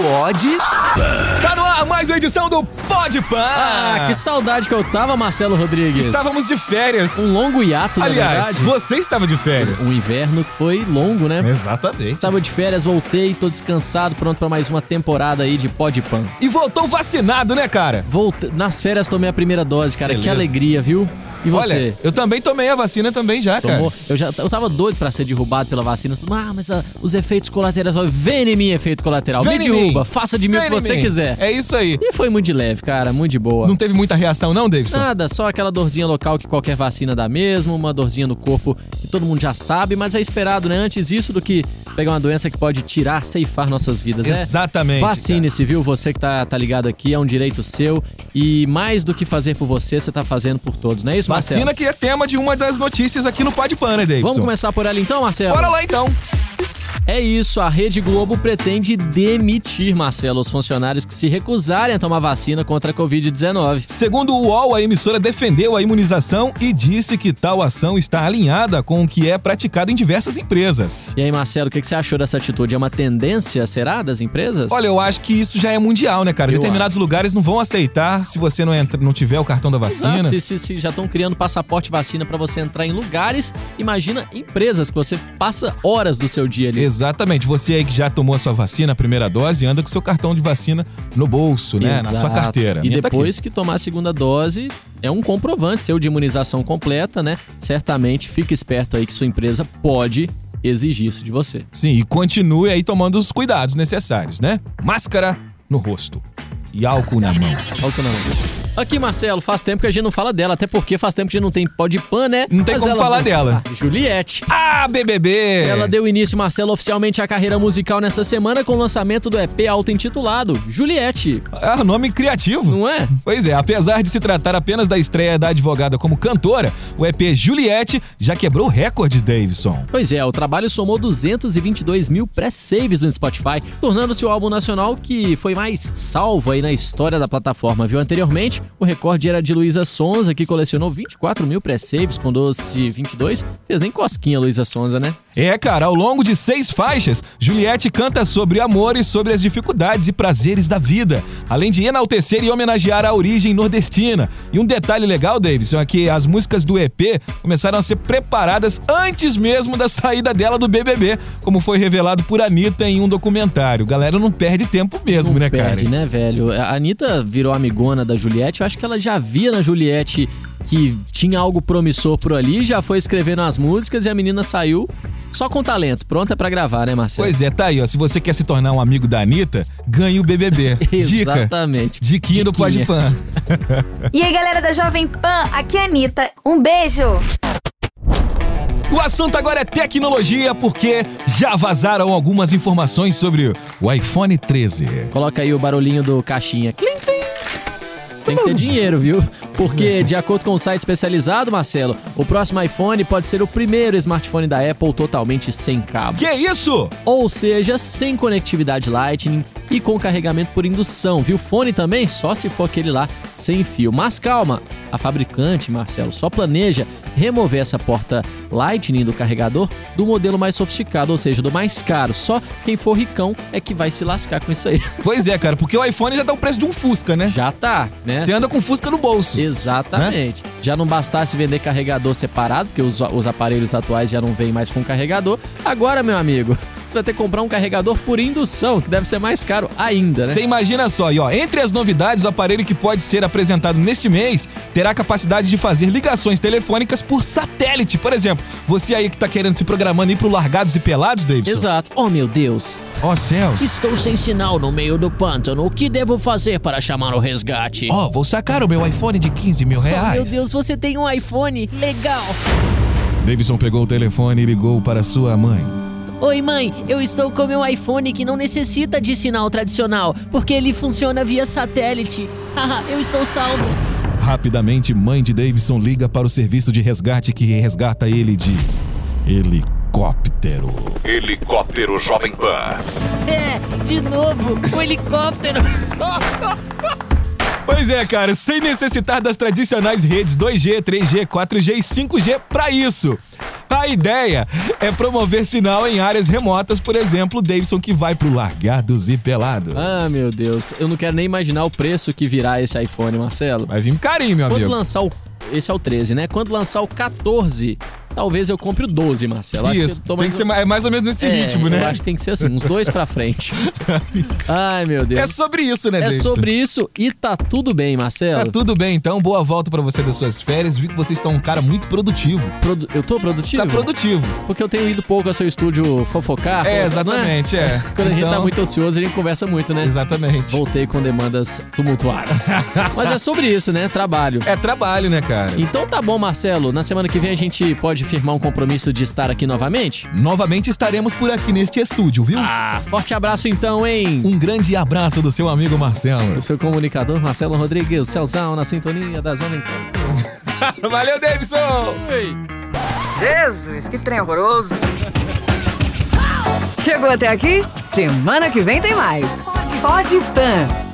Pode Pan. Tá no ar mais uma edição do Pode Pan. Ah, que saudade que eu tava, Marcelo Rodrigues. Estávamos de férias. Um longo hiato, na verdade. Aliás, você estava de férias. Um inverno que foi longo, né? Exatamente. Estava de férias, voltei, tô descansado, pronto pra mais uma temporada aí de Pode Pan. E voltou vacinado, né, cara? Nas férias tomei a primeira dose, cara. Beleza. Que alegria, viu? E você? Olha, eu também tomei a vacina também já, Tomou? cara. Eu tava doido pra ser derrubado pela vacina. Mas os efeitos colaterais... Vem em mim, efeito colateral. Me derruba, faça de mim o que você quiser. É isso aí. E foi muito de leve, cara, muito de boa. Não teve muita reação não, Davidson? Nada, só aquela dorzinha local que qualquer vacina dá mesmo, uma dorzinha no corpo que todo mundo já sabe, mas é esperado, né? Antes isso do que pegar uma doença que pode tirar, ceifar nossas vidas, né? Exatamente. Vacine-se, viu? Você que tá ligado aqui, é um direito seu. E mais do que fazer por você tá fazendo por todos, não é isso, Marcelo? Vacina que é tema de uma das notícias aqui no Pode Pan, né, Davidson? Vamos começar por ela então, Marcelo? Bora lá então. É isso, a Rede Globo pretende demitir, Marcelo, os funcionários que se recusarem a tomar vacina contra a Covid-19. Segundo o UOL, a emissora defendeu a imunização e disse que tal ação está alinhada com o que é praticado em diversas empresas. E aí, Marcelo, o que você achou dessa atitude? É uma tendência, será, das empresas? Olha, eu acho que isso já é mundial, né, cara? Determinados lugares não vão aceitar se você não tiver o cartão da vacina. Exato, se já estão criando passaporte vacina para você entrar em lugares, imagina empresas que você passa horas do seu dia ali. Exatamente. Você aí que já tomou a sua vacina, a primeira dose, anda com seu cartão de vacina no bolso, né? Exato. Na sua carteira. E depois que tomar a segunda dose, é um comprovante seu de imunização completa, né? Certamente, fique esperto aí que sua empresa pode exigir isso de você. Sim, e continue aí tomando os cuidados necessários, né? Máscara no rosto e álcool na mão. Álcool na mão. Aqui, Marcelo, faz tempo que a gente não fala dela, até porque faz tempo que a gente não tem Pode Pan, né? Não tem como falar dela. Juliette. Ah, BBB! Ela deu início, Marcelo, oficialmente à carreira musical nessa semana com o lançamento do EP auto-intitulado Juliette. Ah, nome criativo. Não é? Pois é, apesar de se tratar apenas da estreia da advogada como cantora, o EP Juliette já quebrou recordes, Davidson. Pois é, o trabalho somou 222 mil pré-saves no Spotify, tornando-se o álbum nacional que foi mais salvo aí na história da plataforma, viu? Anteriormente, o recorde era de Luísa Sonza, que colecionou 24 mil pré-saves com Doce 22. Fez nem cosquinha, Luísa Sonza, né? É, cara, ao longo de 6 faixas, Juliette canta sobre amor e sobre as dificuldades e prazeres da vida, além de enaltecer e homenagear a origem nordestina. E um detalhe legal, Davidson, é que as músicas do EP começaram a ser preparadas antes mesmo da saída dela do BBB, como foi revelado por Anitta em um documentário. Galera não perde tempo mesmo, não né, cara? Não perde, né, velho? A Anitta virou amigona da Juliette. Eu acho que ela já via na Juliette que tinha algo promissor por ali, já foi escrevendo as músicas e a menina saiu só com talento, pronta pra gravar, né, Marcelo? Pois é, tá aí, ó. Se você quer se tornar um amigo da Anitta, ganhe o BBB. Dica. Exatamente. Diquinha do Pode Pan. E aí, galera da Jovem Pan, aqui é a Anitta. Um beijo! O assunto agora é tecnologia, porque já vazaram algumas informações sobre o iPhone 13. Coloca aí o barulhinho do caixinha. Clim, clim. Tem que ter dinheiro, viu? Porque, de acordo com um site especializado, Marcelo, o próximo iPhone pode ser o primeiro smartphone da Apple totalmente sem cabos. Que isso? Ou seja, sem conectividade Lightning e com carregamento por indução, viu? Fone também, só se for aquele lá sem fio. Mas calma, a fabricante, Marcelo, só planeja remover essa porta Lightning do carregador do modelo mais sofisticado, ou seja, do mais caro. Só quem for ricão é que vai se lascar com isso aí. Pois é, cara, porque o iPhone já dá o preço de um Fusca, né? Já tá, né? Você anda com Fusca no bolso. Exatamente. Né? Já não bastasse vender carregador separado, porque os aparelhos atuais já não vêm mais com carregador. Agora, meu amigo, você vai ter que comprar um carregador por indução, que deve ser mais caro ainda, né? Você imagina só, e ó, entre as novidades, o aparelho que pode ser apresentado neste mês terá a capacidade de fazer ligações telefônicas por satélite. Por exemplo, você aí que tá querendo se programando ir pro Largados e Pelados, Davidson? Exato. Oh, meu Deus. Oh, céus. Estou sem sinal no meio do pântano. O que devo fazer para chamar o resgate? Oh, vou sacar o meu iPhone de 15 mil reais. Oh, meu Deus, você tem um iPhone? Legal. Davidson pegou o telefone e ligou para sua mãe. Oi, mãe, eu estou com meu iPhone que não necessita de sinal tradicional, porque ele funciona via satélite. Haha, eu estou salvo. Rapidamente, mãe de Davidson liga para o serviço de resgate que resgata ele de helicóptero. Helicóptero Jovem Pan. É, de novo, o helicóptero. Pois é, cara, sem necessitar das tradicionais redes 2G, 3G, 4G e 5G pra isso. A ideia é promover sinal em áreas remotas, por exemplo, o Davidson que vai pro Largados e Pelados. Ah, meu Deus. Eu não quero nem imaginar o preço que virá esse iPhone, Marcelo. Vai vir carinho, meu amigo. Quando lançar esse é o 13, né? Quando lançar o 14, talvez eu compre o 12, Marcelo. Isso, tem que ser mais ou menos nesse ritmo, né? Eu acho que tem que ser assim, uns 2 pra frente. Ai, meu Deus. É sobre isso, né, Davidson? É sobre isso e tá tudo bem, Marcelo. Tá tudo bem, então. Boa volta pra você das suas férias. Vi que você está um cara muito produtivo. Eu tô produtivo? Tá produtivo. Porque eu tenho ido pouco ao seu estúdio fofocar. Exatamente, não é? Quando a gente tá muito ocioso, a gente conversa muito, né? Exatamente. Voltei com demandas tumultuadas. Mas é sobre isso, né? Trabalho. É trabalho, né, cara? Então tá bom, Marcelo. Na semana que vem a gente pode firmar um compromisso de estar aqui novamente? Novamente estaremos por aqui neste estúdio, viu? Ah, forte abraço então, hein? Um grande abraço do seu amigo Marcelo. O seu comunicador, Marcelo Rodrigues, Celzão, na sintonia da Zona Encanto. Valeu, Davidson! Oi. Jesus, que trem horroroso. Chegou até aqui? Semana que vem tem mais. Pode Pan.